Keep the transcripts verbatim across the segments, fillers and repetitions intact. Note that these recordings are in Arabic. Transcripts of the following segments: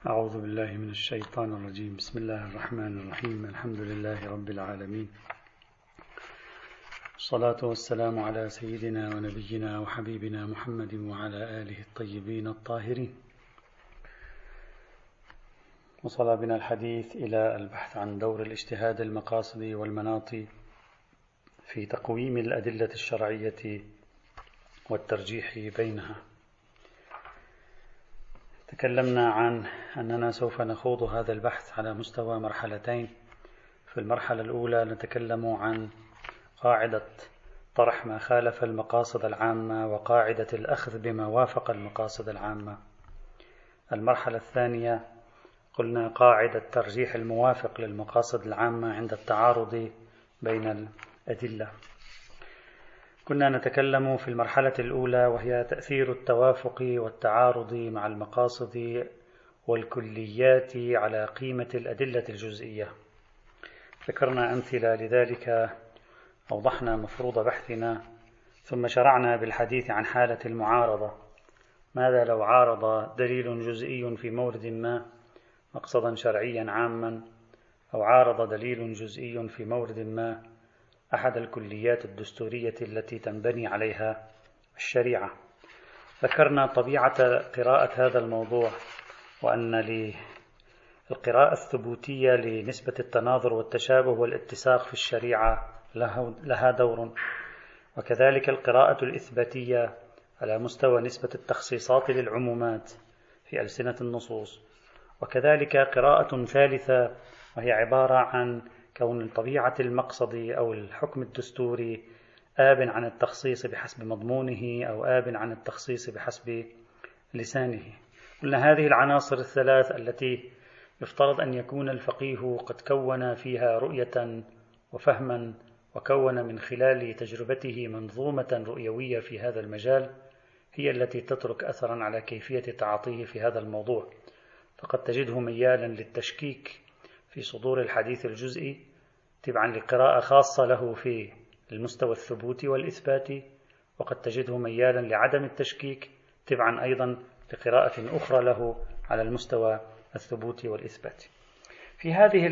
أعوذ بالله من الشيطان الرجيم. بسم الله الرحمن الرحيم. الحمد لله رب العالمين، الصلاة والسلام على سيدنا ونبينا وحبيبنا محمد وعلى آله الطيبين الطاهرين. وصل بنا الحديث إلى البحث عن دور الاجتهاد المقاصدي والمناط في تقويم الأدلة الشرعية والترجيح بينها. تكلمنا عن أننا سوف نخوض هذا البحث على مستوى مرحلتين. في المرحلة الأولى نتكلم عن قاعدة طرح ما خالف المقاصد العامة وقاعدة الأخذ بما وافق المقاصد العامة. المرحلة الثانية قلنا قاعدة ترجيح الموافق للمقاصد العامة عند التعارض بين الأدلة. كنا نتكلم في المرحلة الأولى وهي تأثير التوافق والتعارض مع المقاصد والكليات على قيمة الأدلة الجزئية. ذكرنا أمثلة لذلك، أوضحنا مفروض بحثنا، ثم شرعنا بالحديث عن حالة المعارضة. ماذا لو عارض دليل جزئي في مورد ما مقصدا شرعيا عاما، أو عارض دليل جزئي في مورد ما أحد الكليات الدستورية التي تنبني عليها الشريعة. ذكرنا طبيعة قراءة هذا الموضوع، وأن للقراءة الثبوتية لنسبة التناظر والتشابه والاتساق في الشريعة لها دور، وكذلك القراءة الإثباتية على مستوى نسبة التخصيصات للعمومات في ألسنة النصوص، وكذلك قراءة ثالثة وهي عبارة عن كون طبيعة المقصد أو الحكم الدستوري آب عن التخصيص بحسب مضمونه أو آب عن التخصيص بحسب لسانه. قلنا هذه العناصر الثلاث التي يفترض أن يكون الفقيه قد كون فيها رؤية وفهما، وكون من خلال تجربته منظومة رؤيوية في هذا المجال، هي التي تترك أثرا على كيفية تعاطيه في هذا الموضوع. فقد تجده ميالا للتشكيك في صدور الحديث الجزئي تبعا لقراءة خاصة له في المستوى الثبوتي والإثباتي، وقد تجده ميالا لعدم التشكيك تبعا أيضا لقراءة أخرى له على المستوى الثبوتي والإثباتي. في هذه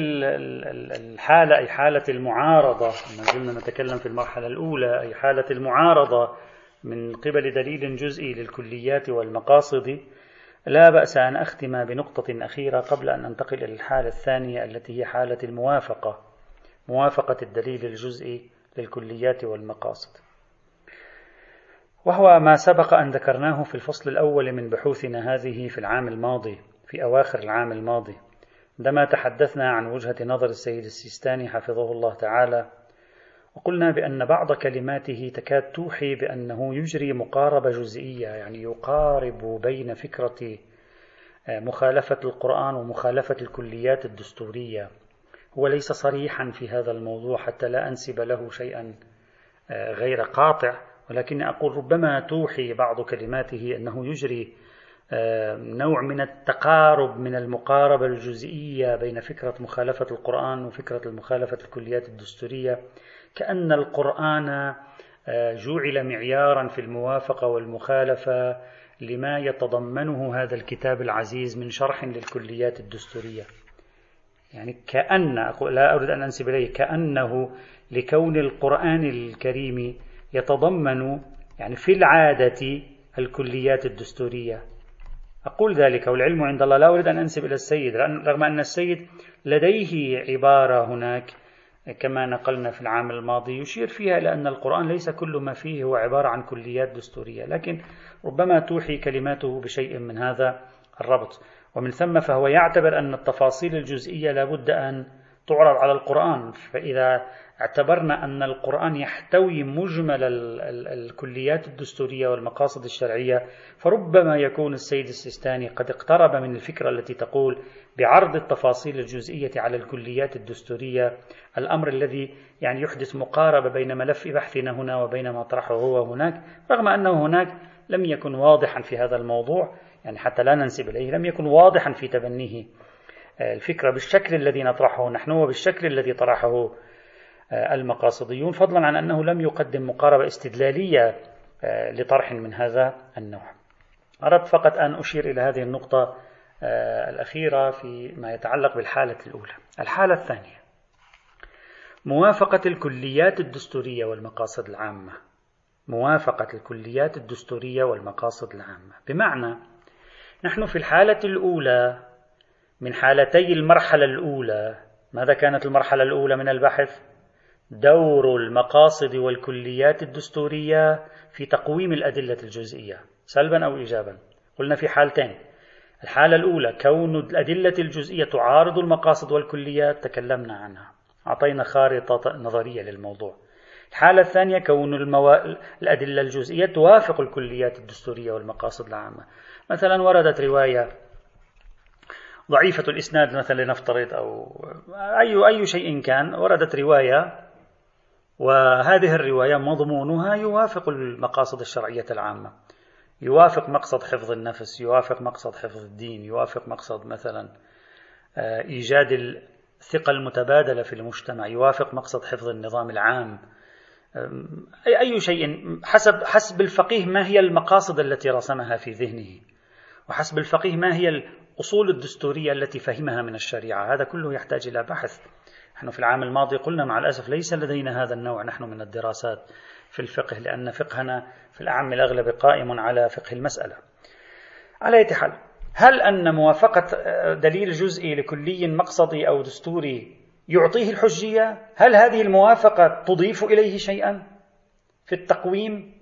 الحالة، أي حالة المعارضة، ما زلنا نتكلم في المرحلة الأولى، أي حالة المعارضة من قبل دليل جزئي للكليات والمقاصد، لا بأس أن أختم بنقطة أخيرة قبل أن أنتقل إلى الحالة الثانية التي هي حالة الموافقة، موافقة الدليل الجزئي للكليات والمقاصد، وهو ما سبق أن ذكرناه في الفصل الأول من بحوثنا هذه في العام الماضي، في أواخر العام الماضي، عندما تحدثنا عن وجهة نظر السيد السيستاني حفظه الله تعالى، وقلنا بأن بعض كلماته تكاد توحي بأنه يجري مقاربة جزئية، يعني يقارب بين فكرة مخالفة القرآن ومخالفة الكليات الدستورية. هو ليس صريحا في هذا الموضوع حتى لا أنسب له شيئا غير قاطع، ولكن أقول ربما توحي بعض كلماته أنه يجري نوع من التقارب من المقاربة الجزئية بين فكرة مخالفة القرآن وفكرة المخالفة الكليات الدستورية، كأن القرآن جعل معيارا في الموافقة والمخالفة لما يتضمنه هذا الكتاب العزيز من شرح للكليات الدستورية. يعني كأن، لا أريد أن أنسب إليه، كأنه لكون القرآن الكريم يتضمن يعني في العادة الكليات الدستورية. أقول ذلك والعلم عند الله، لا أريد أن أنسب إلى السيد، رغم أن السيد لديه عبارة هناك كما نقلنا في العام الماضي يشير فيها إلى أن القرآن ليس كل ما فيه هو عبارة عن كليات دستورية، لكن ربما توحي كلماته بشيء من هذا الربط. ومن ثم فهو يعتبر أن التفاصيل الجزئية لابد أن تعرض على القرآن. فإذا اعتبرنا أن القرآن يحتوي مجمل الكليات الدستورية والمقاصد الشرعية، فربما يكون السيد السيستاني قد اقترب من الفكرة التي تقول بعرض التفاصيل الجزئية على الكليات الدستورية، الأمر الذي يعني يحدث مقاربة بين ملف بحثنا هنا وبين ما طرحه هو هناك، رغم أنه هناك لم يكن واضحا في هذا الموضوع، يعني حتى لا ننسب إليه، لم يكن واضحا في تبنيه الفكرة بالشكل الذي نطرحه نحن وبالشكل الذي طرحه المقاصديون، فضلا عن أنه لم يقدم مقاربة استدلالية لطرح من هذا النوع. أردت فقط أن أشير إلى هذه النقطة الأخيرة فيما يتعلق بالحالة الأولى. الحالة الثانية موافقة الكليات الدستورية والمقاصد العامة. موافقة الكليات الدستورية والمقاصد العامة بمعنى نحن في الحالة الأولى من حالتي المرحلة الأولى، ماذا كانت المرحلة الأولى من البحث؟ دور المقاصد والكليات الدستورية في تقويم الأدلة الجزئية سلبا أو إيجابا. قلنا في حالتين، الحالة الأولى كون الأدلة الجزئية تعارض المقاصد والكليات، تكلمنا عنها، أعطينا خارطة نظرية للموضوع. الحالة الثانية كون المو... الأدلة الجزئية توافق الكليات الدستورية والمقاصد العامة. مثلا وردت رواية ضعيفة الإسناد مثلا لنفترض، أو أي أي شيء كان، وردت رواية وهذه الرواية مضمونها يوافق المقاصد الشرعية العامة، يوافق مقصد حفظ النفس، يوافق مقصد حفظ الدين، يوافق مقصد مثلا إيجاد الثقة المتبادلة في المجتمع، يوافق مقصد حفظ النظام العام، أي شيء حسب حسب الفقيه ما هي المقاصد التي رسمها في ذهنه، وحسب الفقيه ما هي الأصول الدستورية التي فهمها من الشريعة. هذا كله يحتاج إلى بحث. نحن في العام الماضي قلنا مع الأسف ليس لدينا هذا النوع نحن من الدراسات في الفقه، لأن فقهنا في الأعم الأغلب قائم على فقه المسألة. على أي حال، هل أن موافقة دليل جزئي لكلي مقصدي أو دستوري يعطيه الحجية؟ هل هذه الموافقة تضيف إليه شيئا في التقويم؟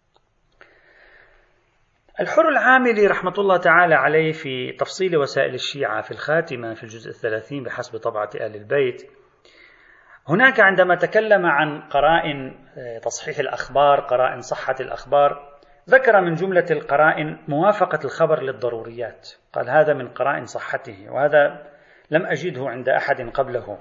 الحر العاملي رحمة الله تعالى عليه في تفصيل وسائل الشيعة في الخاتمة في الجزء الثلاثين بحسب طبعة آل البيت، هناك عندما تكلم عن قرائن تصحيح الأخبار، قرائن صحة الأخبار، ذكر من جملة القرائن موافقة الخبر للضروريات، قال هذا من قرائن صحته، وهذا لم أجده عند أحد قبله.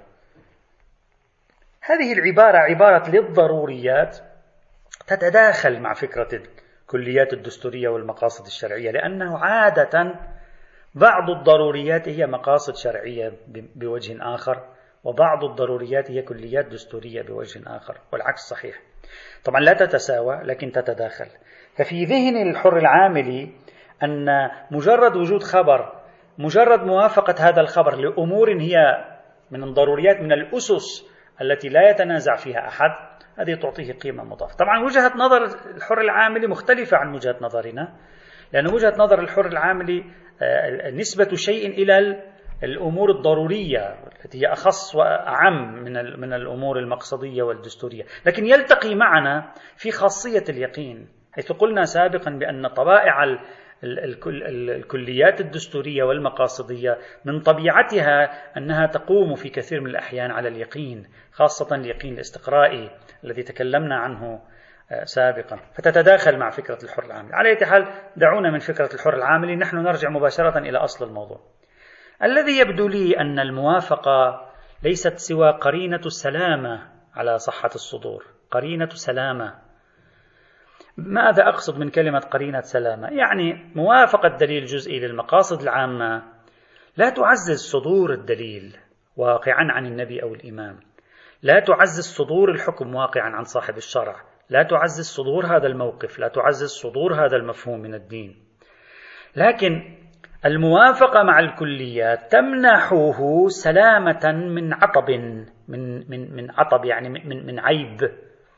هذه العبارة عبارة للضروريات تتداخل مع فكرة الكليات الدستورية والمقاصد الشرعية، لأنه عادة بعض الضروريات هي مقاصد شرعية بوجه آخر، وبعض الضروريات هي كليات دستورية بوجه آخر، والعكس صحيح. طبعا لا تتساوى لكن تتداخل. ففي ذهن الحر العاملي أن مجرد وجود خبر، مجرد موافقة هذا الخبر لأمور هي من الضروريات، من الأسس التي لا يتنازع فيها أحد، هذه تعطيه قيمة مضافة. طبعا وجهة نظر الحر العاملي مختلفة عن وجهة نظرنا، لأن وجهة نظر الحر العاملي نسبة شيء إلى الأمور الضرورية التي هي أخص وأعم من من الأمور المقصدية والدستورية، لكن يلتقي معنا في خاصية اليقين، حيث قلنا سابقا بأن طبائع الكليات الدستورية والمقاصدية من طبيعتها أنها تقوم في كثير من الأحيان على اليقين، خاصة اليقين الاستقرائي الذي تكلمنا عنه سابقا، فتتداخل مع فكرة الحر العاملي. على أي حال، دعونا من فكرة الحر العاملي نحن نرجع مباشرة إلى أصل الموضوع. الذي يبدو لي أن الموافقة ليست سوى قرينة السلامة على صحة الصدور، قرينة سلامة. ماذا أقصد من كلمة قرينة سلامة؟ يعني موافقة دليل جزئي للمقاصد العامة لا تعزز صدور الدليل واقعا عن النبي أو الإمام، لا تعزز صدور الحكم واقعا عن صاحب الشرع، لا تعزز صدور هذا الموقف، لا تعزز صدور هذا المفهوم من الدين. لكن الموافقة مع الكليات تمنحه سلامة من عطب، من من من عطب يعني من من عيب،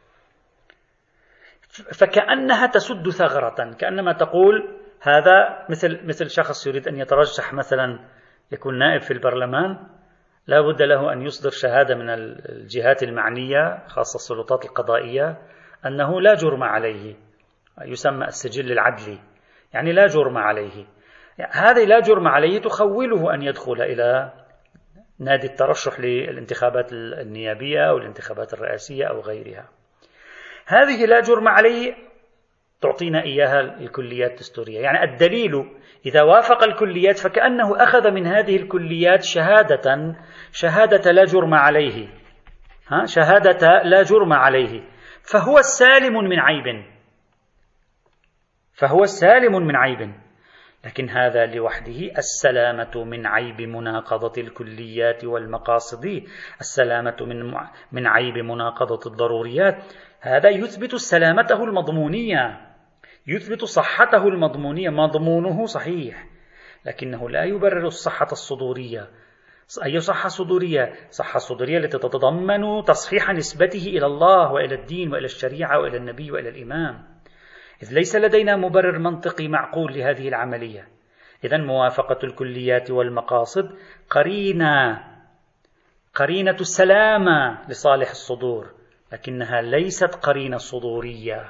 فكأنها تسد ثغرة، كأنما تقول هذا مثل مثل شخص يريد أن يترشح مثلا يكون نائب في البرلمان، لا بد له أن يصدر شهادة من الجهات المعنية خاصة السلطات القضائية أنه لا جرم عليه، يسمى السجل العدلي، يعني لا جرم عليه. هذه لا جرم عليه تخوله أن يدخل إلى نادي الترشح للانتخابات النيابية أو الانتخابات الرئاسية أو غيرها. هذه لا جرم عليه تعطينا إياها الكليات الدستورية، يعني الدليل إذا وافق الكليات فكأنه أخذ من هذه الكليات شهادة شهادة لا جرم عليه، ها شهادة لا جرم عليه، فهو السالم من عيب، فهو السالم من عيب. لكن هذا لوحده السلامة من عيب مناقضة الكليات والمقاصد، السلامة من من عيب مناقضة الضروريات، هذا يثبت سلامته المضمونية، يثبت صحته المضمونية، مضمونه صحيح، لكنه لا يبرر الصحة الصدورية. أي صحة صدورية؟ صحة صدورية التي تتضمن تصحيح نسبته إلى الله وإلى الدين وإلى الشريعة وإلى النبي وإلى الإمام، إذ ليس لدينا مبرر منطقي معقول لهذه العملية. إذن موافقة الكليات والمقاصد قرينة قرينة السلامة لصالح الصدور، لكنها ليست قرينة صدورية،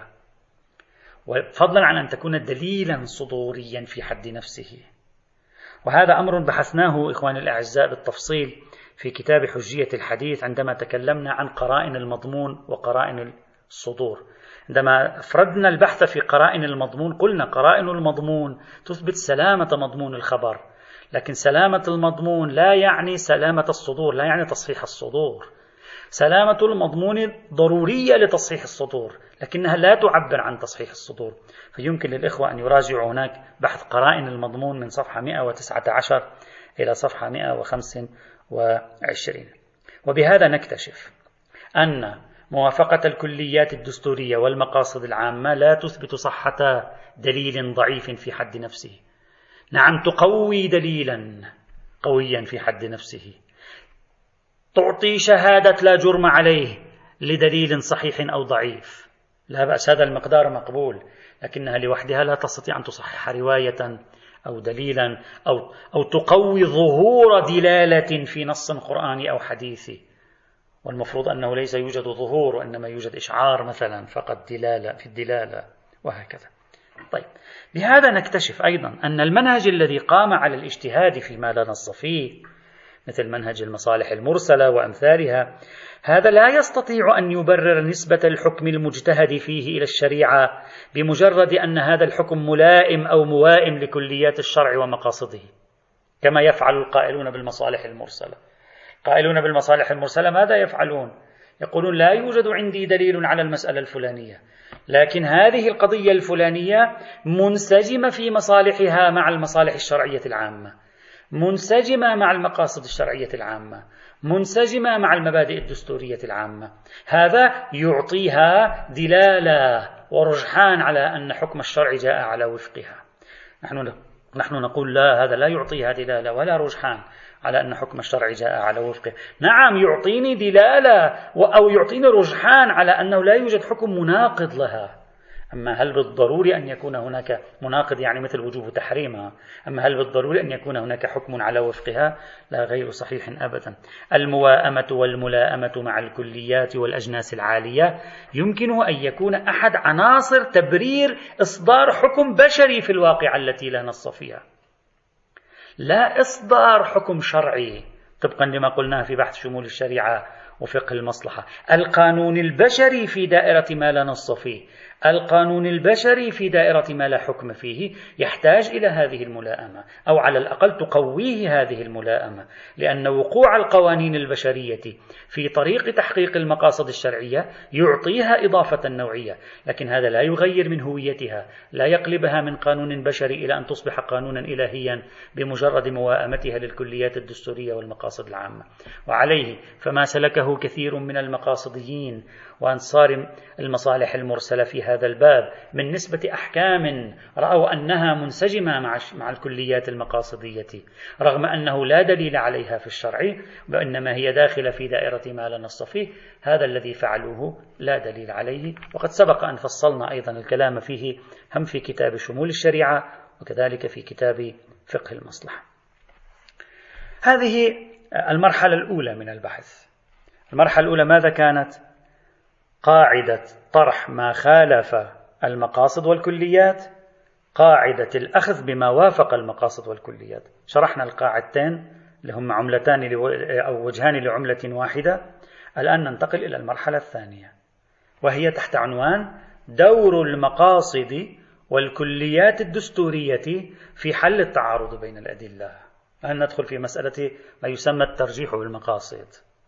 وفضلا عن أن تكون دليلا صدوريا في حد نفسه. وهذا أمر بحثناه إخواني الأعزاء بالتفصيل في كتاب حجية الحديث عندما تكلمنا عن قرائن المضمون وقرائن الصدور. عندما أفردنا البحث في قرائن المضمون قلنا قرائن المضمون تثبت سلامة مضمون الخبر، لكن سلامة المضمون لا يعني سلامة الصدور، لا يعني تصحيح الصدور. سلامة المضمون ضرورية لتصحيح الصدور، لكنها لا تعبر عن تصحيح الصدور. فيمكن للإخوة أن يراجعوا هناك بحث قرائن المضمون من صفحة مئة وتسعة عشر إلى صفحة مئة وخمسة وعشرين. وبهذا نكتشف أن موافقة الكليات الدستورية والمقاصد العامة لا تثبت صحة دليل ضعيف في حد نفسه. نعم، تقوي دليلا قويا في حد نفسه، تعطي شهادة لا جرم عليه لدليل صحيح أو ضعيف، لا بأس، هذا المقدار مقبول، لكنها لوحدها لا تستطيع أن تصحح رواية أو دليلا أو, أو تقوي ظهور دلالة في نص قرآني أو حديثي. والمفروض أنه ليس يوجد ظهور، وإنما يوجد إشعار مثلا فقط دلالة في الدلالة وهكذا. طيب، بهذا نكتشف أيضا أن المنهج الذي قام على الاجتهاد فيما لا نص فيه مثل منهج المصالح المرسلة وأمثالها، هذا لا يستطيع أن يبرر نسبة الحكم المجتهد فيه إلى الشريعة بمجرد أن هذا الحكم ملائم أو موائم لكليات الشرع ومقاصده، كما يفعل القائلون بالمصالح المرسلة. قائلون بالمصالح المرسلة ماذا يفعلون؟ يقولون لا يوجد عندي دليل على المسألة الفلانية، لكن هذه القضية الفلانية منسجمة في مصالحها مع المصالح الشرعية العامة، منسجمة مع المقاصد الشرعية العامة، منسجمة مع المبادئ الدستورية العامة. هذا يعطيها دلالة ورجحان على أن حكم الشرع جاء على وفقها. نحن نحن نقول لا، هذا لا يعطيها دلالة ولا رجحان على أن حكم الشرع جاء على وفقه. نعم، يعطيني دلالة أو يعطيني رجحان على أنه لا يوجد حكم مناقض لها. أما هل بالضروري أن يكون هناك مناقض يعني مثل وجوب تحريمها؟ أما هل بالضروري أن يكون هناك حكم على وفقها؟ لا، غير صحيح أبدا. المواءمة والملائمة مع الكليات والأجناس العالية يمكنه أن يكون أحد عناصر تبرير إصدار حكم بشري في الواقع التي لا نص فيها، لا إصدار حكم شرعي طبقا لما قلناه في بحث شمول الشريعة وفقه المصلحة. القانون البشري في دائرة ما لا نص فيه، القانون البشري في دائرة ما لا حكم فيه يحتاج إلى هذه الملائمة، أو على الأقل تقويه هذه الملائمة، لأن وقوع القوانين البشرية في طريق تحقيق المقاصد الشرعية يعطيها إضافة نوعية، لكن هذا لا يغير من هويتها، لا يقلبها من قانون بشري إلى أن تصبح قانونا إلهيا بمجرد موائمتها للكليات الدستورية والمقاصد العامة. وعليه فما سلكه كثير من المقاصديين وأنصار المصالح المرسلة في هذا الباب من نسبة أحكام رأوا أنها منسجمة مع مع الكليات المقاصدية، رغم أنه لا دليل عليها في الشرع، وإنما هي داخلة في دائرة ما لا نص فيه، هذا الذي فعلوه لا دليل عليه. وقد سبق أن فصلنا أيضا الكلام فيه هم في كتاب شمول الشريعة وكذلك في كتاب فقه المصلحة. هذه المرحلة الأولى من البحث. المرحلة الأولى ماذا كانت؟ قاعدة طرح ما خالف المقاصد والكليات، قاعدة الأخذ بما وافق المقاصد والكليات. شرحنا القاعدتين اللي هم عملتان أو وجهان لعملة واحدة. الآن ننتقل إلى المرحلة الثانية، وهي تحت عنوان دور المقاصد والكليات الدستورية في حل التعارض بين الأدلة. الآن ندخل في مسألة ما يسمى الترجيح بالمقاصد.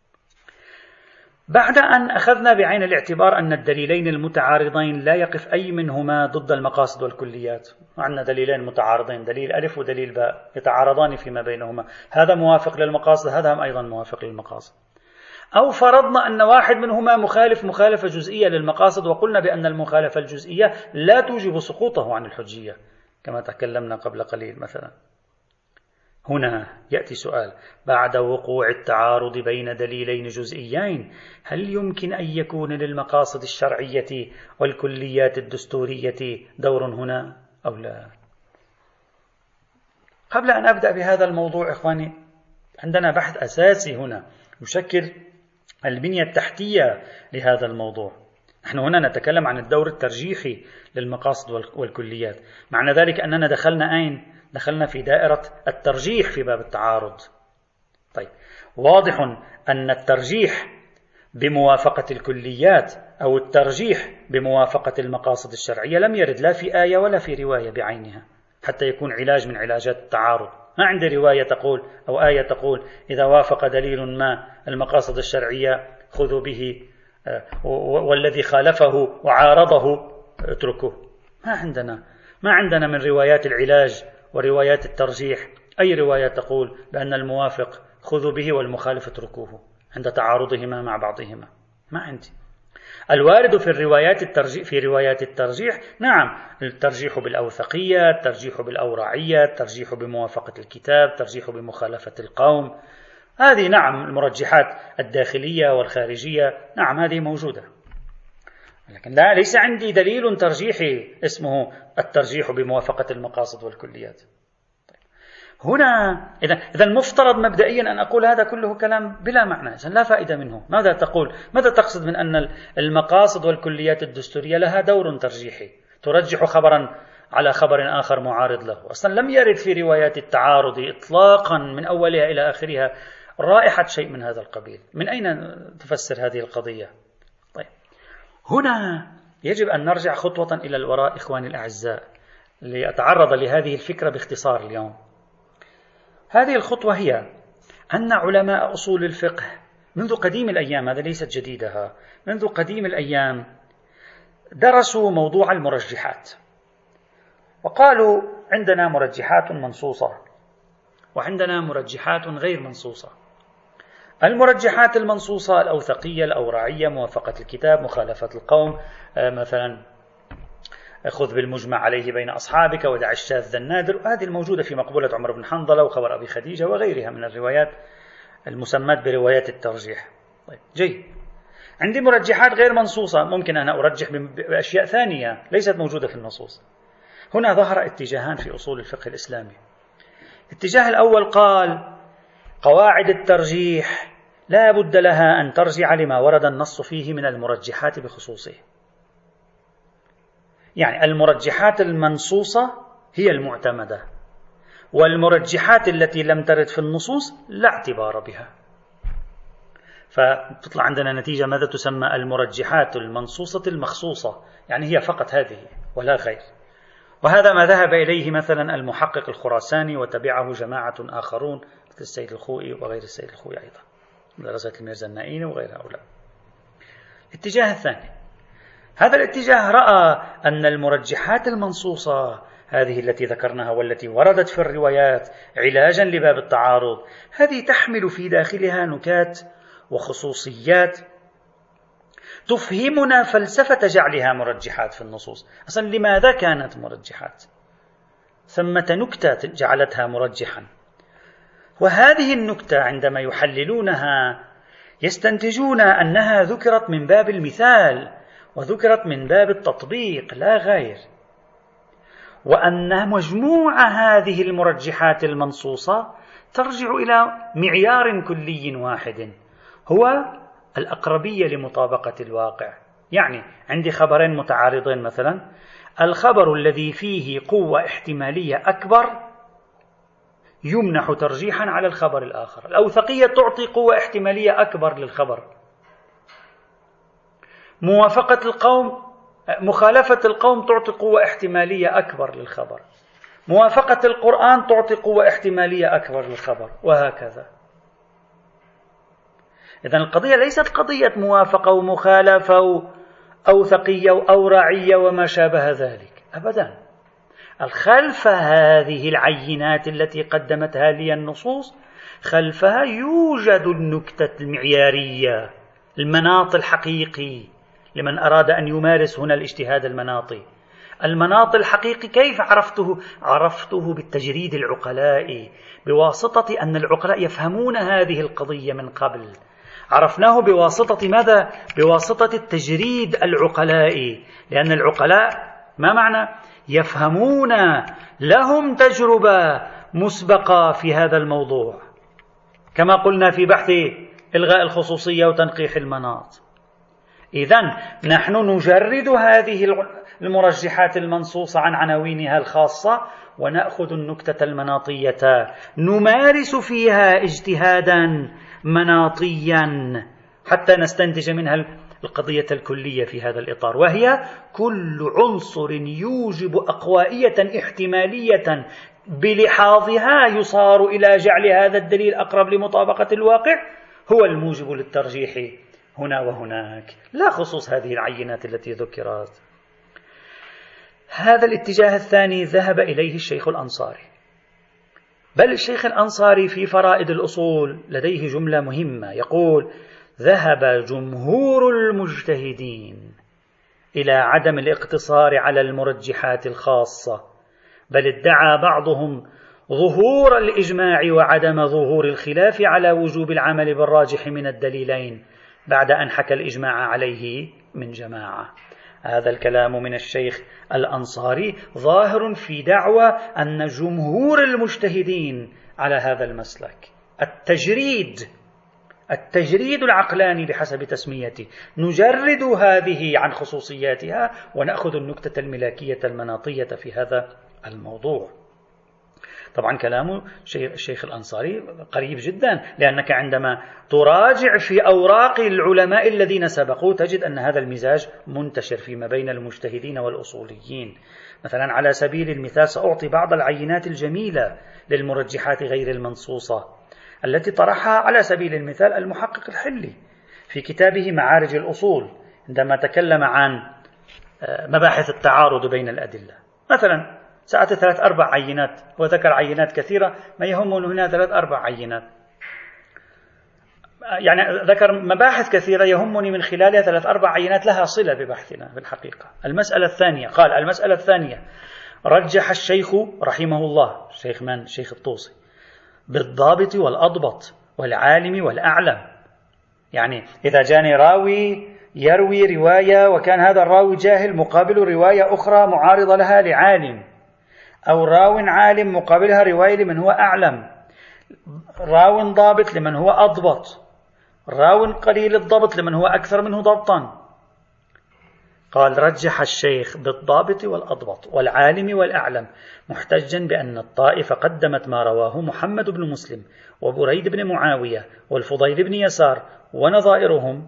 بعد أن أخذنا بعين الاعتبار أن الدليلين المتعارضين لا يقف أي منهما ضد المقاصد والكليات، عندنا دليلين متعارضين، دليل ألف ودليل باء، يتعارضان فيما بينهما، هذا موافق للمقاصد، هذا أيضا موافق للمقاصد. أو فرضنا أن واحد منهما مخالف مخالفة جزئية للمقاصد، وقلنا بأن المخالفة الجزئية لا توجب سقوطه عن الحجية كما تكلمنا قبل قليل مثلا. هنا يأتي سؤال: بعد وقوع التعارض بين دليلين جزئيين هل يمكن أن يكون للمقاصد الشرعية والكليات الدستورية دور هنا أو لا؟ قبل أن أبدأ بهذا الموضوع إخواني، عندنا بحث أساسي هنا يشكل البنية التحتية لهذا الموضوع. نحن هنا نتكلم عن الدور الترجيحي للمقاصد والكليات، معنى ذلك أننا دخلنا أين؟ دخلنا في دائرة الترجيح في باب التعارض. طيب، واضح أن الترجيح بموافقة الكليات أو الترجيح بموافقة المقاصد الشرعية لم يرد لا في آية ولا في رواية بعينها حتى يكون علاج من علاجات التعارض. ما عندي رواية تقول أو آية تقول إذا وافق دليل ما المقاصد الشرعية خذوا به والذي خالفه وعارضه اتركوه. ما عندنا ما عندنا من روايات العلاج وروايات الترجيح أي رواية تقول بأن الموافق خذوا به والمخالف اتركوه عند تعارضهما مع بعضهما. ما عندي. الوارد في الروايات الترجيح في روايات الترجيح نعم الترجيح بالأوثقية، الترجيح بالأوراعية، الترجيح بموافقة الكتاب، الترجيح بمخالفة القوم، هذه نعم المرجحات الداخلية والخارجية نعم هذه موجودة، لكن لا ليس عندي دليل ترجيحي اسمه الترجيح بموافقة المقاصد والكليات. هنا إذا إذا المفترض مبدئيا أن أقول هذا كله كلام بلا معنى، إذن لا فائدة منه. ماذا تقول؟ ماذا تقصد من أن المقاصد والكليات الدستورية لها دور ترجيحي ترجح خبرا على خبر آخر معارض له؟ أصلا لم يرد في روايات التعارض إطلاقا من أولها إلى آخرها رائحة شيء من هذا القبيل. من أين تفسر هذه القضية؟ طيب، هنا يجب أن نرجع خطوة إلى الوراء إخواني الأعزاء لأتعرض لهذه الفكرة باختصار اليوم. هذه الخطوة هي أن علماء أصول الفقه منذ قديم الأيام، هذا ليست جديدة، منذ قديم الأيام درسوا موضوع المرجحات وقالوا عندنا مرجحات منصوصة وعندنا مرجحات غير منصوصة. المرجحات المنصوصة الأوثقية الأوراعية، موافقة الكتاب، مخالفة القوم، مثلا خذ بالمجمع عليه بين أصحابك ودع الشاذ النادر، هذه الموجودة في مقبولة عمر بن حنظلة وخبر أبي خديجة وغيرها من الروايات المسمات بروايات الترجيح. طيب جيد، عندي مرجحات غير منصوصة، ممكن أنا أرجح بأشياء ثانية ليست موجودة في النصوص. هنا ظهر اتجاهان في أصول الفقه الإسلامي. الاتجاه الأول قال قواعد الترجيح لا بد لها أن ترجع لما ورد النص فيه من المرجحات بخصوصه، يعني المرجحات المنصوصة هي المعتمدة، والمرجحات التي لم ترد في النصوص لا اعتبار بها. فتطلع عندنا نتيجة ماذا تسمى المرجحات المنصوصة المخصوصة، يعني هي فقط هذه ولا غير. وهذا ما ذهب إليه مثلا المحقق الخراساني وتبعه جماعة آخرون مثل السيد الخوئي وغير السيد الخوئي أيضا، دراسة الميرزا النائين وغير هؤلاء. الاتجاه الثاني، هذا الاتجاه رأى أن المرجحات المنصوصة هذه التي ذكرناها والتي وردت في الروايات علاجا لباب التعارض، هذه تحمل في داخلها نكات وخصوصيات تفهمنا فلسفة جعلها مرجحات في النصوص. أصلا لماذا كانت مرجحات؟ ثمة نكتة جعلتها مرجحا، وهذه النكتة عندما يحللونها يستنتجون أنها ذكرت من باب المثال وذكرت من باب التطبيق لا غير، وأن مجموع هذه المرجحات المنصوصة ترجع إلى معيار كلي واحد هو الأقربية لمطابقة الواقع. يعني عندي خبرين متعارضين، مثلا الخبر الذي فيه قوة احتمالية أكبر يمنح ترجيحا على الخبر الآخر، الأوثقية تعطي قوة احتمالية أكبر للخبر، موافقة القوم مخالفة القوم تعطي قوة احتمالية أكبر للخبر، موافقة القرآن تعطي قوة احتمالية أكبر للخبر، وهكذا. إذن القضية ليست قضية موافقة ومخالفة وأوثقية وأوراعية وما شابه ذلك أبدا. الخلف هذه العينات التي قدمتها لي النصوص خلفها يوجد النكتة المعيارية، المناط الحقيقي لمن أراد أن يمارس هنا الاجتهاد المناطي، المناط الحقيقي كيف عرفته؟ عرفته بالتجريد العقلائي، بواسطة أن العقلاء يفهمون هذه القضية من قبل. عرفناه بواسطة ماذا؟ بواسطة التجريد العقلائي، لأن العقلاء ما معنى؟ يفهمون، لهم تجربة مسبقة في هذا الموضوع، كما قلنا في بحث إلغاء الخصوصية وتنقيح المناط. إذن نحن نجرد هذه المرجحات المنصوصة عن عناوينها الخاصة ونأخذ النكتة المناطية نمارس فيها اجتهادا مناطيا حتى نستنتج منها القضية الكلية في هذا الإطار، وهي كل عنصر يوجب أقوائية احتمالية بلحاظها يصار إلى جعل هذا الدليل أقرب لمطابقة الواقع هو الموجب للترجيح هنا وهناك، لا خصوص هذه العينات التي ذكرت. هذا الاتجاه الثاني ذهب إليه الشيخ الأنصاري، بل الشيخ الأنصاري في فرائد الأصول لديه جملة مهمة يقول: ذهب جمهور المجتهدين إلى عدم الاقتصار على المرجحات الخاصة، بل ادعى بعضهم ظهور الإجماع وعدم ظهور الخلاف على وجوب العمل بالراجح من الدليلين بعد أن حكى الإجماع عليه من جماعة. هذا الكلام من الشيخ الأنصاري ظاهر في دعوى أن جمهور المجتهدين على هذا المسلك. التجريد التجريد العقلاني بحسب تسميته، نجرد هذه عن خصوصياتها ونأخذ النكتة الملاكية المناطية في هذا الموضوع. طبعا كلام الشيخ الأنصاري قريب جدا، لأنك عندما تراجع في أوراق العلماء الذين سبقوا تجد أن هذا المزاج منتشر فيما بين المجتهدين والأصوليين. مثلا على سبيل المثال سأعطي بعض العينات الجميلة للمرجحات غير المنصوصة التي طرحها على سبيل المثال المحقق الحلي في كتابه معارج الأصول عندما تكلم عن مباحث التعارض بين الأدلة. مثلا سأعطي ثلاث أربع عينات، وذكر عينات كثيرة، ما يهمنا هنا ثلاث أربع عينات، يعني ذكر مباحث كثيرة يهمني من خلالها ثلاث أربع عينات لها صلة ببحثنا بالحقيقة. المسألة الثانية قال المسألة الثانية رجح الشيخ رحمه الله، شيخ من؟ شيخ الطوسي، بالضابط والأضبط والعالم والأعلم. يعني إذا جاني راوي يروي رواية وكان هذا الراوي جاهل مقابل رواية أخرى معارضة لها لعالم، أو راو عالم مقابلها رواية لمن هو أعلم، راو ضابط لمن هو أضبط، راو قليل الضبط لمن هو أكثر منه ضبطا. قال رجح الشيخ بالضابط والأضبط والعالم والأعلم، محتجا بأن الطائفة قدمت ما رواه محمد بن مسلم وبريد بن معاوية والفضيل بن يسار ونظائرهم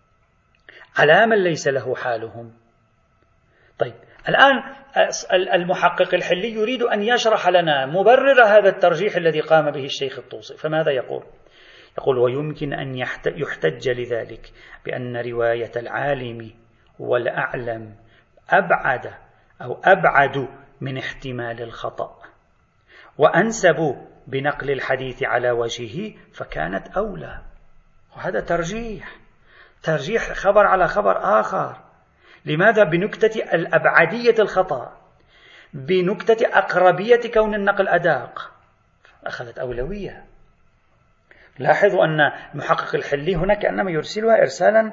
على من ليس له حالهم. طيب الآن المحقق الحلي يريد أن يشرح لنا مبرر هذا الترجيح الذي قام به الشيخ الطوسي، فماذا يقول؟ يقول: ويمكن أن يحتج لذلك بأن رواية العالم والأعلم أبعد أو أبعد من احتمال الخطأ، وأنسب بنقل الحديث على وجهه فكانت أولى. وهذا ترجيح ترجيح خبر على خبر آخر. لماذا؟ بنكتة الأبعدية الخطأ، بنكتة أقربية كون النقل أداق، أخذت أولوية. لاحظوا أن المحقق الحلي هنا كأنما يرسلها إرسالا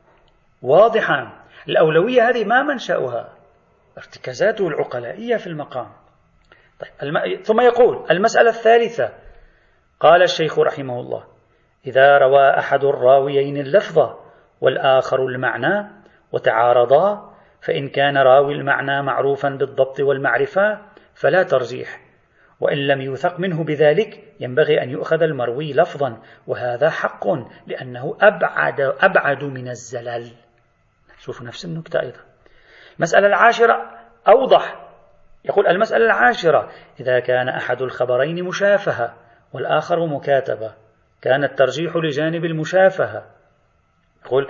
واضحا. الأولوية هذه ما منشأها؟ ارتكازاته العقلائية في المقام. طيب الم... ثم يقول المسألة الثالثة، قال الشيخ رحمه الله: إذا روى أحد الراويين اللفظ والآخر المعنى وتعارضا، فإن كان راوي المعنى معروفا بالضبط والمعرفة فلا ترجيح، وإن لم يوثق منه بذلك ينبغي أن يؤخذ المروي لفظا، وهذا حق لأنه أبعد, أبعد من الزلل. شوفوا نفس النكتة أيضا. المسألة العاشرة أوضح، يقول المسألة العاشرة: إذا كان أحد الخبرين مشافهة والآخر مكاتبة كان الترجيح لجانب المشافهة. يقول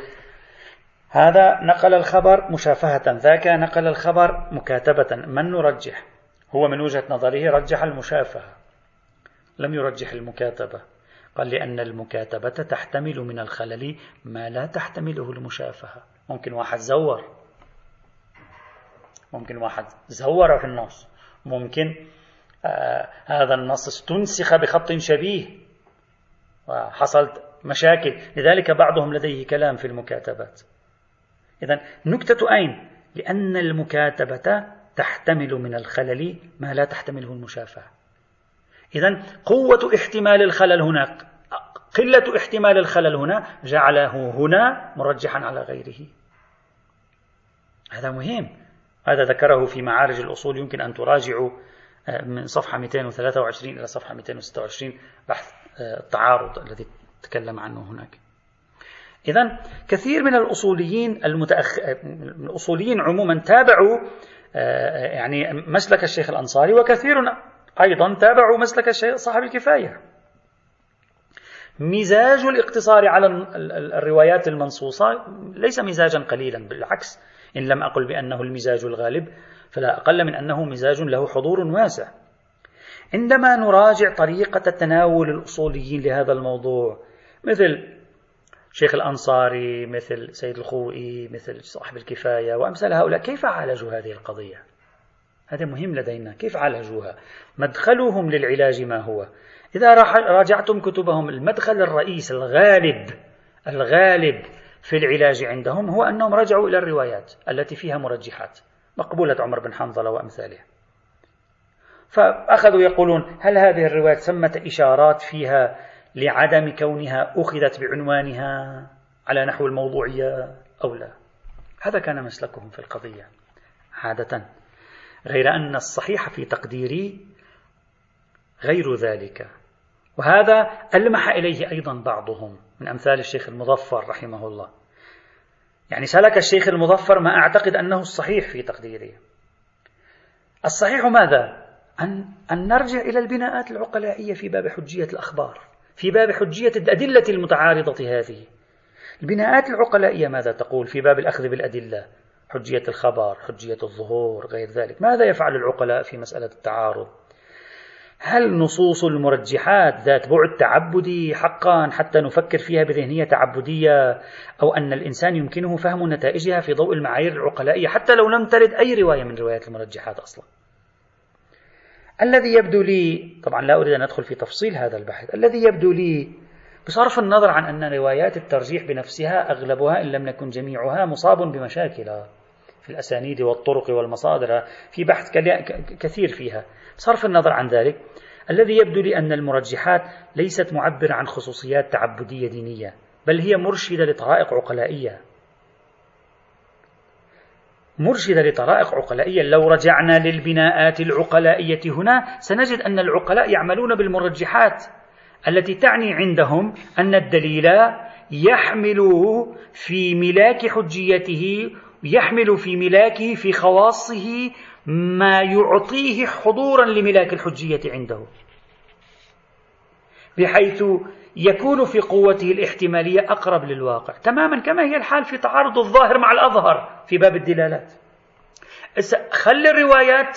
هذا نقل الخبر مشافهة، ذاك نقل الخبر مكاتبة، من نرجح؟ هو من وجهة نظره رجح المشافهة، لم يرجح المكاتبة. قال لأن المكاتبة تحتمل من الخلل ما لا تحتمله المشافهة. ممكن واحد زور ممكن واحد زور في النص، ممكن آه هذا النص استنسخ بخط شبيه وحصلت مشاكل، لذلك بعضهم لديه كلام في المكاتبات. إذن نكتة أين؟ لأن المكاتبة تحتمل من الخلل ما لا تحتمله المشافهة. إذن قوة احتمال الخلل هنا، قلة احتمال الخلل هنا جعله هنا مرجحا على غيره. هذا مهم، هذا ذكره في معارج الأصول، يمكن أن تراجعوا من صفحة مئتين وثلاثة وعشرين إلى صفحة مئتين وستة وعشرين بحث التعارض الذي تكلم عنه هناك. إذن كثير من الأصوليين المتأخ... الأصوليين عموما تابعوا يعني مسلك الشيخ الأنصاري، وكثير أيضا تابعوا مسلك الشيخ صاحب الكفاية. مزاج الاقتصار على الروايات المنصوصة ليس مزاجا قليلا، بالعكس، إن لم أقل بأنه المزاج الغالب فلا أقل من أنه مزاج له حضور واسع. عندما نراجع طريقة تناول الأصوليين لهذا الموضوع، مثل شيخ الأنصاري، مثل سيد الخوئي، مثل صاحب الكفاية وأمثال هؤلاء، كيف عالجوا هذه القضية؟ هذا مهم لدينا، كيف عالجوها؟ مدخلهم للعلاج ما هو؟ إذا راجعتم كتبهم، المدخل الرئيس الغالب الغالب في العلاج عندهم هو أنهم رجعوا إلى الروايات التي فيها مرجحات، مقبولة عمر بن حنظلة وأمثاله، فأخذوا يقولون هل هذه الروايات ثمة إشارات فيها لعدم كونها أخذت بعنوانها على نحو الموضوعية أو لا؟ هذا كان مسلكهم في القضية عادة، غير أن الصحيح في تقديري غير ذلك، وهذا ألمح إليه أيضا بعضهم من أمثال الشيخ المظفر رحمه الله. يعني سلك الشيخ المظفر ما أعتقد أنه الصحيح في تقديري. الصحيح ماذا؟ أن, أن نرجع إلى البناءات العقلائية في باب حجية الأخبار، في باب حجية الأدلة المتعارضة. هذه البناءات العقلائية ماذا تقول في باب الأخذ بالأدلة؟ حجية الخبر، حجية الظهور، غير ذلك. ماذا يفعل العقلاء في مسألة التعارض؟ هل نصوص المرجحات ذات بعد تعبدي حقا حتى نفكر فيها بذهنية تعبدية، أو أن الإنسان يمكنه فهم نتائجها في ضوء المعايير العقلائية حتى لو لم ترد أي رواية من روايات المرجحات أصلا؟ الذي يبدو لي، طبعا لا أريد أن أدخل في تفصيل هذا البحث، الذي يبدو لي بصرف النظر عن أن روايات الترجيح بنفسها أغلبها إن لم نكن جميعها مصاب بمشاكل في الأسانيد والطرق والمصادر، في بحث كثير فيها. بصرف النظر عن ذلك، الذي يبدو لي أن المرجحات ليست معبرة عن خصوصيات تعبدية دينية، بل هي مرشدة لطرائق عقلائية، مرشدة لطرائق عقلائية. لو رجعنا للبناءات العقلائية هنا سنجد أن العقلاء يعملون بالمرجحات التي تعني عندهم أن الدليل يحمل في ملاك حجيته، يحمل في ملاكه في خواصه ما يعطيه حضورا لملاك الحجية عنده، بحيث يكون في قوته الاحتمالية أقرب للواقع، تماما كما هي الحال في تعارض الظاهر مع الأظهر في باب الدلالات. خلي الروايات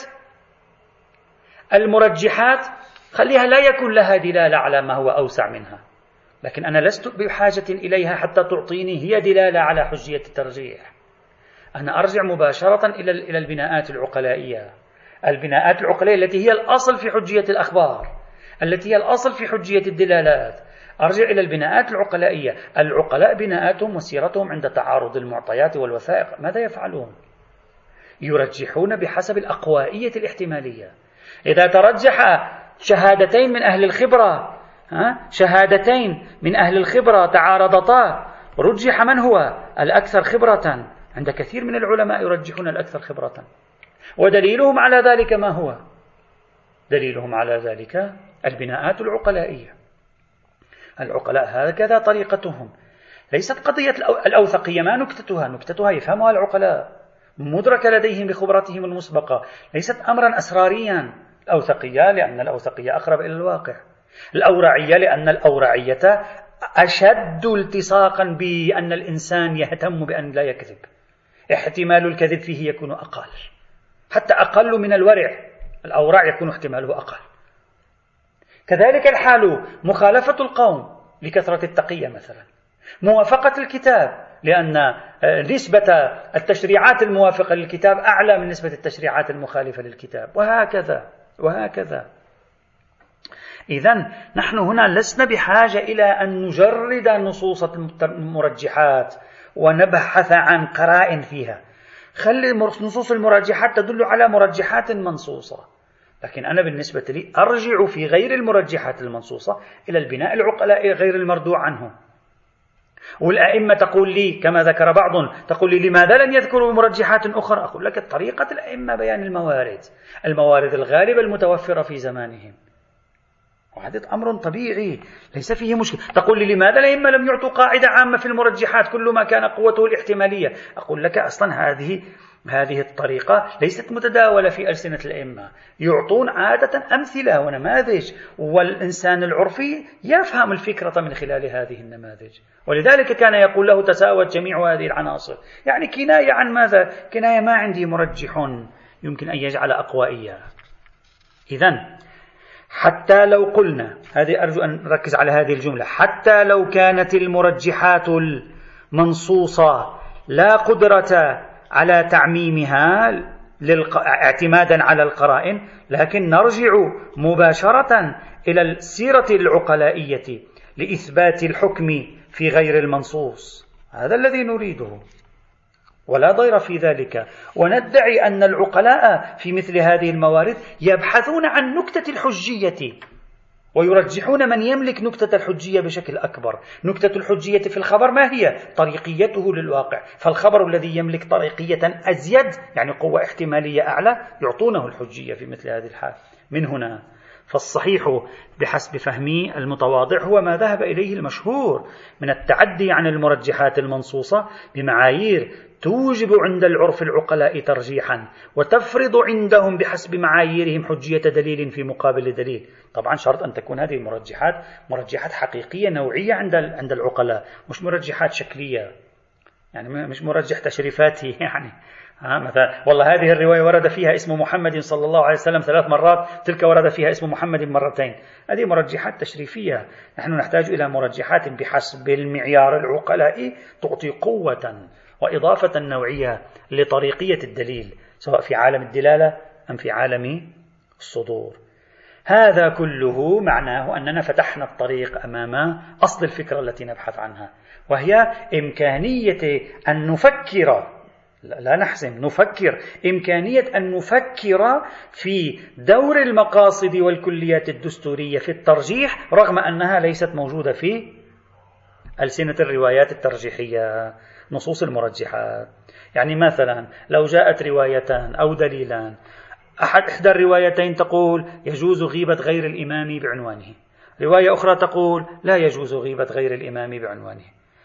المرجحات خليها لا يكون لها دلالة على ما هو أوسع منها، لكن أنا لست بحاجة إليها حتى تعطيني هي دلالة على حجية الترجيح. أنا أرجع مباشرة إلى إلى البناءات العقلائية، البناءات العقلائية التي هي الأصل في حجية الأخبار، التي هي الأصل في حجية الدلالات. أرجع إلى البناءات العقلائية. العقلاء بناءاتهم وسيرتهم عند تعارض المعطيات والوثائق ماذا يفعلون؟ يرجحون بحسب الأقوائية الاحتمالية. إذا ترجح شهادتين من أهل الخبرة، ها؟ شهادتين من أهل الخبرة تعارضتا، رجح من هو الأكثر خبرة. عند كثير من العلماء يرجحون الأكثر خبرة، ودليلهم على ذلك ما هو؟ دليلهم على ذلك البناءات العقلائية. العقلاء هكذا طريقتهم، ليست قضية الأوثقية، ما نكتتها، نكتتها يفهمها العقلاء، مدركة لديهم بخبرتهم المسبقة، ليست أمرا أسراريا. الأوثقية لأن الأوثقية أقرب إلى الواقع، الأورعية لأن الأورعية أشد التصاقا بأن الإنسان يهتم بأن لا يكذب، احتمال الكذب فيه يكون أقل، حتى أقل من الورع، الأورع يكون احتماله أقل. كذلك الحال مخالفة القوم لكثرة التقية مثلا، موافقة الكتاب، لأن نسبة التشريعات الموافقة للكتاب أعلى من نسبة التشريعات المخالفة للكتاب، وهكذا وهكذا. إذن نحن هنا لسنا بحاجة إلى أن نجرد نصوص المرجحات ونبحث عن قرائن فيها. خلي نصوص المرجحات تدل على مرجحات منصوصة، لكن أنا بالنسبة لي أرجع في غير المرجحات المنصوصة إلى البناء العقلاء غير المردوع عنه. والأئمة تقول لي كما ذكر بعض، تقول لي لماذا لم يذكروا مرجحات أخرى؟ أقول لك طريقة الأئمة بيان الموارد، الموارد الغالبة المتوفرة في زمانهم، وهذا أمر طبيعي ليس فيه مشكلة. تقول لي لماذا الأئمة لم يعطوا قاعدة عامة في المرجحات كل ما كان قوته الاحتمالية؟ أقول لك أصلا هذه هذه الطريقة ليست متداولة في ألسنة الأئمة، يعطون عادة أمثلة ونماذج، والإنسان العرفي يفهم الفكرة من خلال هذه النماذج، ولذلك كان يقول له تساوت جميع هذه العناصر، يعني كناية عن ماذا؟ كناية ما عندي مرجح يمكن أن يجعل أقوى إياه. إذن حتى لو قلنا، هذه أرجو أن نركز على هذه الجملة، حتى لو كانت المرجحات المنصوصة لا قدرة على تعميمها اعتمادا على القرائن، لكن نرجع مباشرة إلى السيرة العقلائية لإثبات الحكم في غير المنصوص. هذا الذي نريده ولا ضير في ذلك، وندعي أن العقلاء في مثل هذه الموارد يبحثون عن نكتة الحجية ويرجحون من يملك نكتة الحجية بشكل أكبر. نكتة الحجية في الخبر ما هي؟ طريقيته للواقع، فالخبر الذي يملك طريقية أزيد يعني قوة احتمالية أعلى يعطونه الحجية في مثل هذه الحال. من هنا فالصحيح بحسب فهمي المتواضع هو ما ذهب إليه المشهور من التعدي عن المرجحات المنصوصة بمعايير توجب عند العرف العقلاء ترجيحا وتفرض عندهم بحسب معاييرهم حجية دليل في مقابل دليل. طبعا شرط أن تكون هذه المرجحات مرجحات حقيقية نوعية عند عند العقلاء، مش مرجحات شكلية، يعني مش مرجح تشريفاتي يعني ها مثلا والله هذه الرواية ورد فيها اسم محمد صلى الله عليه وسلم ثلاث مرات، تلك ورد فيها اسم محمد مرتين. هذه مرجحات تشريفية. نحن نحتاج إلى مرجحات بحسب المعيار العقلائي تعطي قوة وإضافة نوعية لطريقية الدليل سواء في عالم الدلالة أم في عالم الصدور. هذا كله معناه أننا فتحنا الطريق أمام أصل الفكرة التي نبحث عنها، وهي إمكانية أن نفكر، لا نحسم، نفكر، إمكانية أن نفكر في دور المقاصد والكليات الدستورية في الترجيح رغم أنها ليست موجودة في ألسنة الروايات الترجيحية، نصوص المرجحات. يعني مثلا لو جاءت روايتان أو دليلان، أحد إحدى الروايتين تقول يجوز غيبة غير الإمام بعنوانه، رواية أخرى تقول لا يجوز غيبة غير الإمام بعنوانه.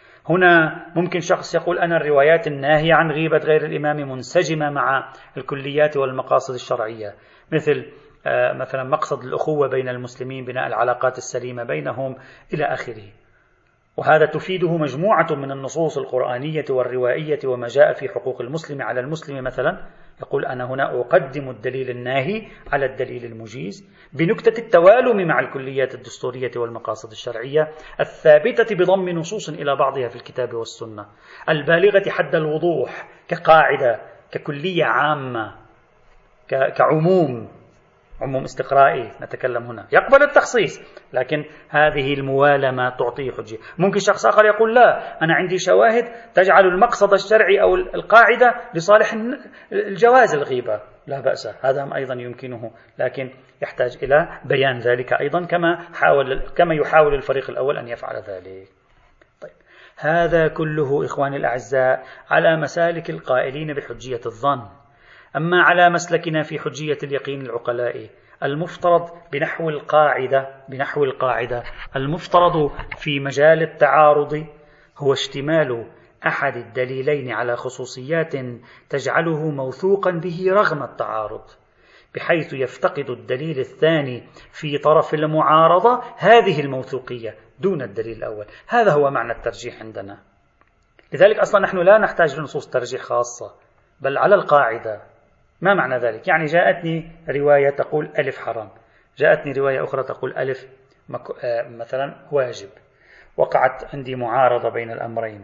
هنا ممكن شخص يقول أنا الروايات الناهية عن غيبة غير الإمام منسجمة مع الكليات والمقاصد الشرعية، مثل مثلا مقصد الأخوة بين المسلمين، بناء العلاقات السليمة بينهم إلى آخره. وهذا تفيده مجموعة من النصوص القرآنية والروائية وما جاء في حقوق المسلم على المسلم. مثلا يقول أنا هنا أقدم الدليل الناهي على الدليل المجيز بنكتة التوالم مع الكليات الدستورية والمقاصد الشرعية الثابتة بضم نصوص إلى بعضها في الكتاب والسنة البالغة حد الوضوح كقاعدة ككلية عامة كعموم عموم استقرائي. نتكلم هنا يقبل التخصيص، لكن هذه الموالمة تعطيه حجية. ممكن شخص آخر يقول لا، أنا عندي شواهد تجعل المقصد الشرعي أو القاعدة لصالح الجواز الغيبة، لا بأس، هذا أيضا يمكنه، لكن يحتاج إلى بيان ذلك أيضا كما حاول كما يحاول الفريق الأول أن يفعل ذلك. طيب، هذا كله إخواني الأعزاء على مسالك القائلين بحجية الظن. أما على مسلكنا في حجية اليقين العقلائي المفترض بنحو القاعدة بنحو القاعدة المفترض في مجال التعارض هو اشتمال أحد الدليلين على خصوصيات تجعله موثوقا به رغم التعارض، بحيث يفتقد الدليل الثاني في طرف المعارضة هذه الموثوقية دون الدليل الأول. هذا هو معنى الترجيح عندنا. لذلك أصلا نحن لا نحتاج لنصوص ترجيح خاصة، بل على القاعدة. ما معنى ذلك؟ يعني جاءتني رواية تقول ألف حرام، جاءتني رواية أخرى تقول ألف مك... آه مثلا واجب، وقعت عندي معارضة بين الأمرين،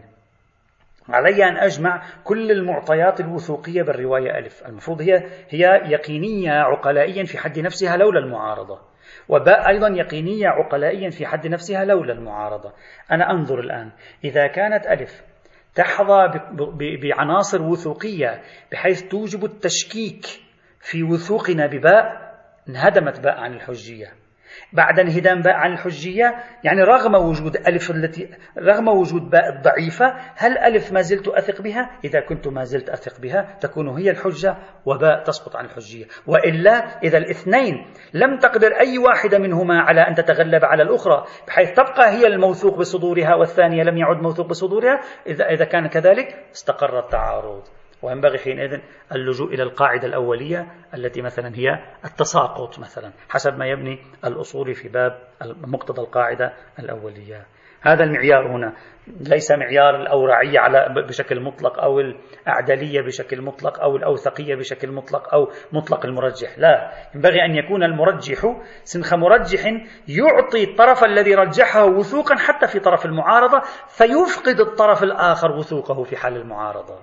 علي أن أجمع كل المعطيات الوثوقية بالرواية ألف. المفروض هي هي يقينية عقلائيا في حد نفسها لولا المعارضة، وباء أيضا يقينية عقلائيا في حد نفسها لولا المعارضة. أنا أنظر الآن إذا كانت ألف تحظى بعناصر وثوقية بحيث توجب التشكيك في وثوقنا بباء، انهدمت باء عن الحجية. بعد انهدام باء عن الحجية يعني رغم وجود ألف التي رغم وجود باء الضعيفة، هل ألف ما زلت أثق بها؟ إذا كنت ما زلت أثق بها تكون هي الحجة وباء تسقط عن الحجية. وإلا إذا الاثنين لم تقدر أي واحدة منهما على أن تتغلب على الأخرى بحيث تبقى هي الموثوق بصدورها والثانية لم يعد موثوق بصدورها، إذا إذا كان كذلك استقر التعارض. وينبغي حينئذ اللجوء إلى القاعدة الأولية التي مثلا هي التساقط مثلا حسب ما يبني الأصول في باب مقتضى القاعدة الأولية. هذا المعيار هنا ليس معيار الأورعية على بشكل مطلق أو الأعدلية بشكل مطلق أو الأوثقية بشكل مطلق أو مطلق المرجح، لا، ينبغي أن يكون المرجح سنخ مرجح يعطي الطرف الذي رجحه وثوقا حتى في طرف المعارضة، فيفقد الطرف الآخر وثوقه في حال المعارضة.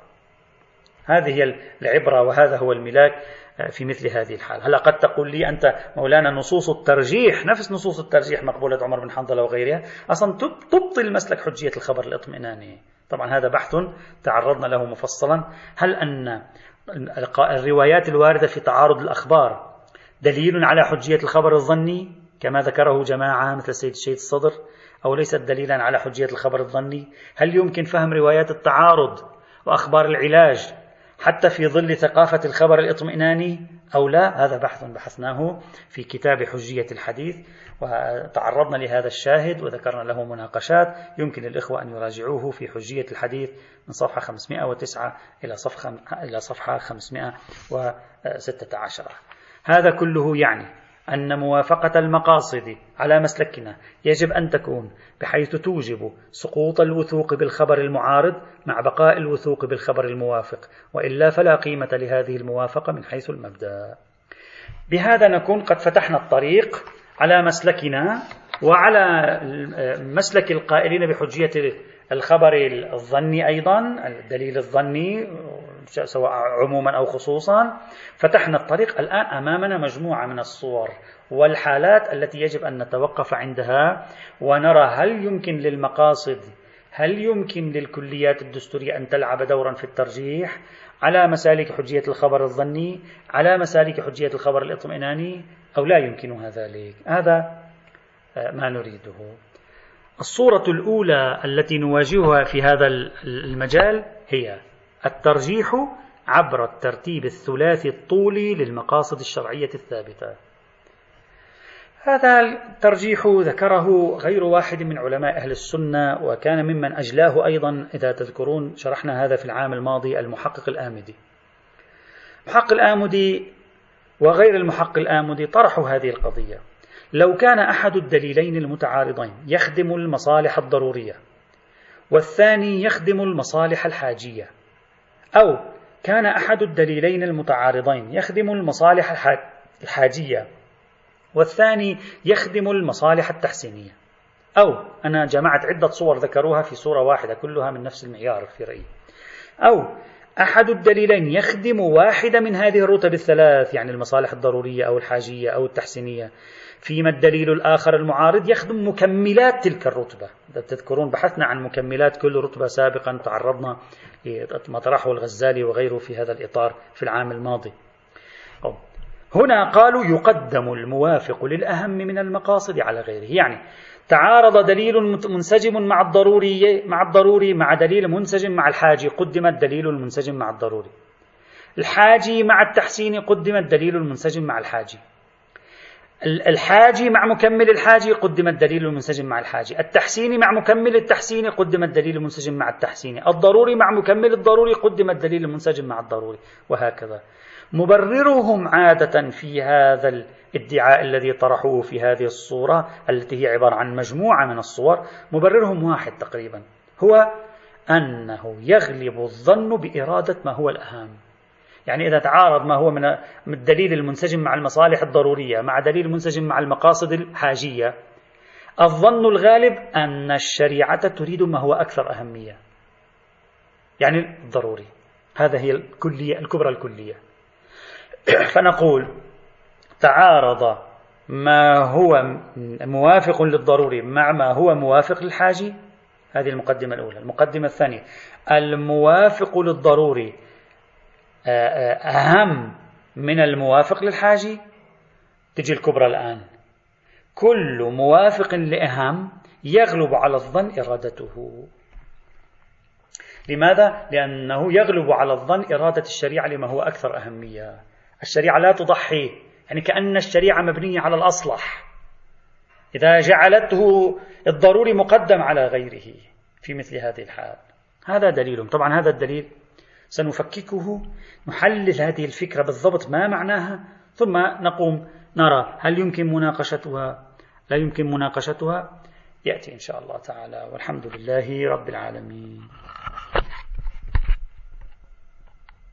هذه هي العبرة وهذا هو الملاك في مثل هذه الحال. هلا قد تقول لي أنت مولانا نصوص الترجيح نفس نصوص الترجيح مقبولة عمر بن حنظلة وغيرها أصلا تبطل مسلك حجية الخبر الاطمئناني. طبعا هذا بحث تعرضنا له مفصلا. هل أن الروايات الواردة في تعارض الأخبار دليل على حجية الخبر الظني كما ذكره جماعة مثل السيد الشهيد الصدر، أو ليست دليلا على حجية الخبر الظني؟ هل يمكن فهم روايات التعارض وأخبار العلاج حتى في ظل ثقافة الخبر الاطمئناني أو لا؟ هذا بحث بحثناه في كتاب حجية الحديث، وتعرضنا لهذا الشاهد وذكرنا له مناقشات يمكن للإخوة أن يراجعوه في حجية الحديث من صفحة خمسمائة وتسعة إلى صفحة إلى صفحة خمسمائة وستة عشر. هذا كله يعني أن موافقة المقاصد على مسلكنا يجب أن تكون بحيث توجب سقوط الوثوق بالخبر المعارض مع بقاء الوثوق بالخبر الموافق، وإلا فلا قيمة لهذه الموافقة من حيث المبدأ. بهذا نكون قد فتحنا الطريق على مسلكنا وعلى مسلك القائلين بحجية الخبر الظني أيضا، الدليل الظني سواء عموما أو خصوصا. فتحنا الطريق. الآن أمامنا مجموعة من الصور والحالات التي يجب أن نتوقف عندها ونرى هل يمكن للمقاصد هل يمكن للكليات الدستورية أن تلعب دورا في الترجيح على مسالك حجية الخبر الظني، على مسالك حجية الخبر الاطمئناني، أو لا يمكنها ذلك. هذا ما نريده. الصورة الأولى التي نواجهها في هذا المجال هي الترجيح عبر الترتيب الثلاثي الطولي للمقاصد الشرعية الثابتة. هذا الترجيح ذكره غير واحد من علماء أهل السنة، وكان ممن أجلاه أيضا إذا تذكرون شرحنا هذا في العام الماضي المحقق الآمدي. المحقق الآمدي وغير المحقق الآمدي طرحوا هذه القضية. لو كان أحد الدليلين المتعارضين يخدم المصالح الضرورية والثاني يخدم المصالح الحاجية، أو كان أحد الدليلين المتعارضين يخدم المصالح الحاجية والثاني يخدم المصالح التحسينية، أو أنا جمعت عدة صور ذكروها في صورة واحدة كلها من نفس المعيار في رأيي، أو أحد الدليلين يخدم واحدة من هذه الرتب الثلاث يعني المصالح الضرورية أو الحاجية أو التحسينية، فيما الدليل الآخر المعارض يخدم مكملات تلك الرتبة. تذكرون بحثنا عن مكملات كل رتبة سابقا، تعرضنا لما طرحه الغزالي وغيره في هذا الإطار في العام الماضي. هنا قالوا يقدم الموافق للأهم من المقاصد على غيره، يعني تعارض دليل منسجم مع الضروري مع الضروري مع دليل منسجم مع الحاجي، قدم الدليل المنسجم مع الضروري. الحاجي مع التحسين، قدم الدليل المنسجم مع الحاجي. الحاجي مع مكمل الحاجي، قدم الدليل المنسجم مع الحاجي. التحسيني مع مكمل التحسيني، قدم الدليل المنسجم مع التحسيني. الضروري مع مكمل الضروري، قدم الدليل المنسجم مع الضروري، وهكذا. مبررهم عادة في هذا الادعاء الذي طرحوه في هذه الصورة التي هي عبارة عن مجموعة من الصور، مبررهم واحد تقريبا، هو أنه يغلب الظن بإرادة ما هو الأهم. يعني إذا تعارض ما هو من الدليل المنسجم مع المصالح الضرورية مع دليل منسجم مع المقاصد الحاجية، الظن الغالب أن الشريعة تريد ما هو أكثر أهمية، يعني الضروري. هذا هي الكلية الكبرى الكلية. فنقول تعارض ما هو موافق للضروري مع ما هو موافق للحاجي، هذه المقدمة الأولى. المقدمة الثانية، الموافق للضروري أهم من الموافق للحاجي. تجي الكبرى الآن، كل موافق لأهم يغلب على الظن إرادته. لماذا؟ لأنه يغلب على الظن إرادة الشريعة لما هو أكثر أهمية. الشريعة لا تضحي، يعني كأن الشريعة مبنية على الأصلح، إذا جعلته الضروري مقدم على غيره في مثل هذه الحال. هذا دليل. طبعا هذا الدليل سنفككه، نحلل هذه الفكرة بالضبط ما معناها، ثم نقوم نرى هل يمكن مناقشتها لا يمكن مناقشتها. يأتي إن شاء الله تعالى، والحمد لله رب العالمين.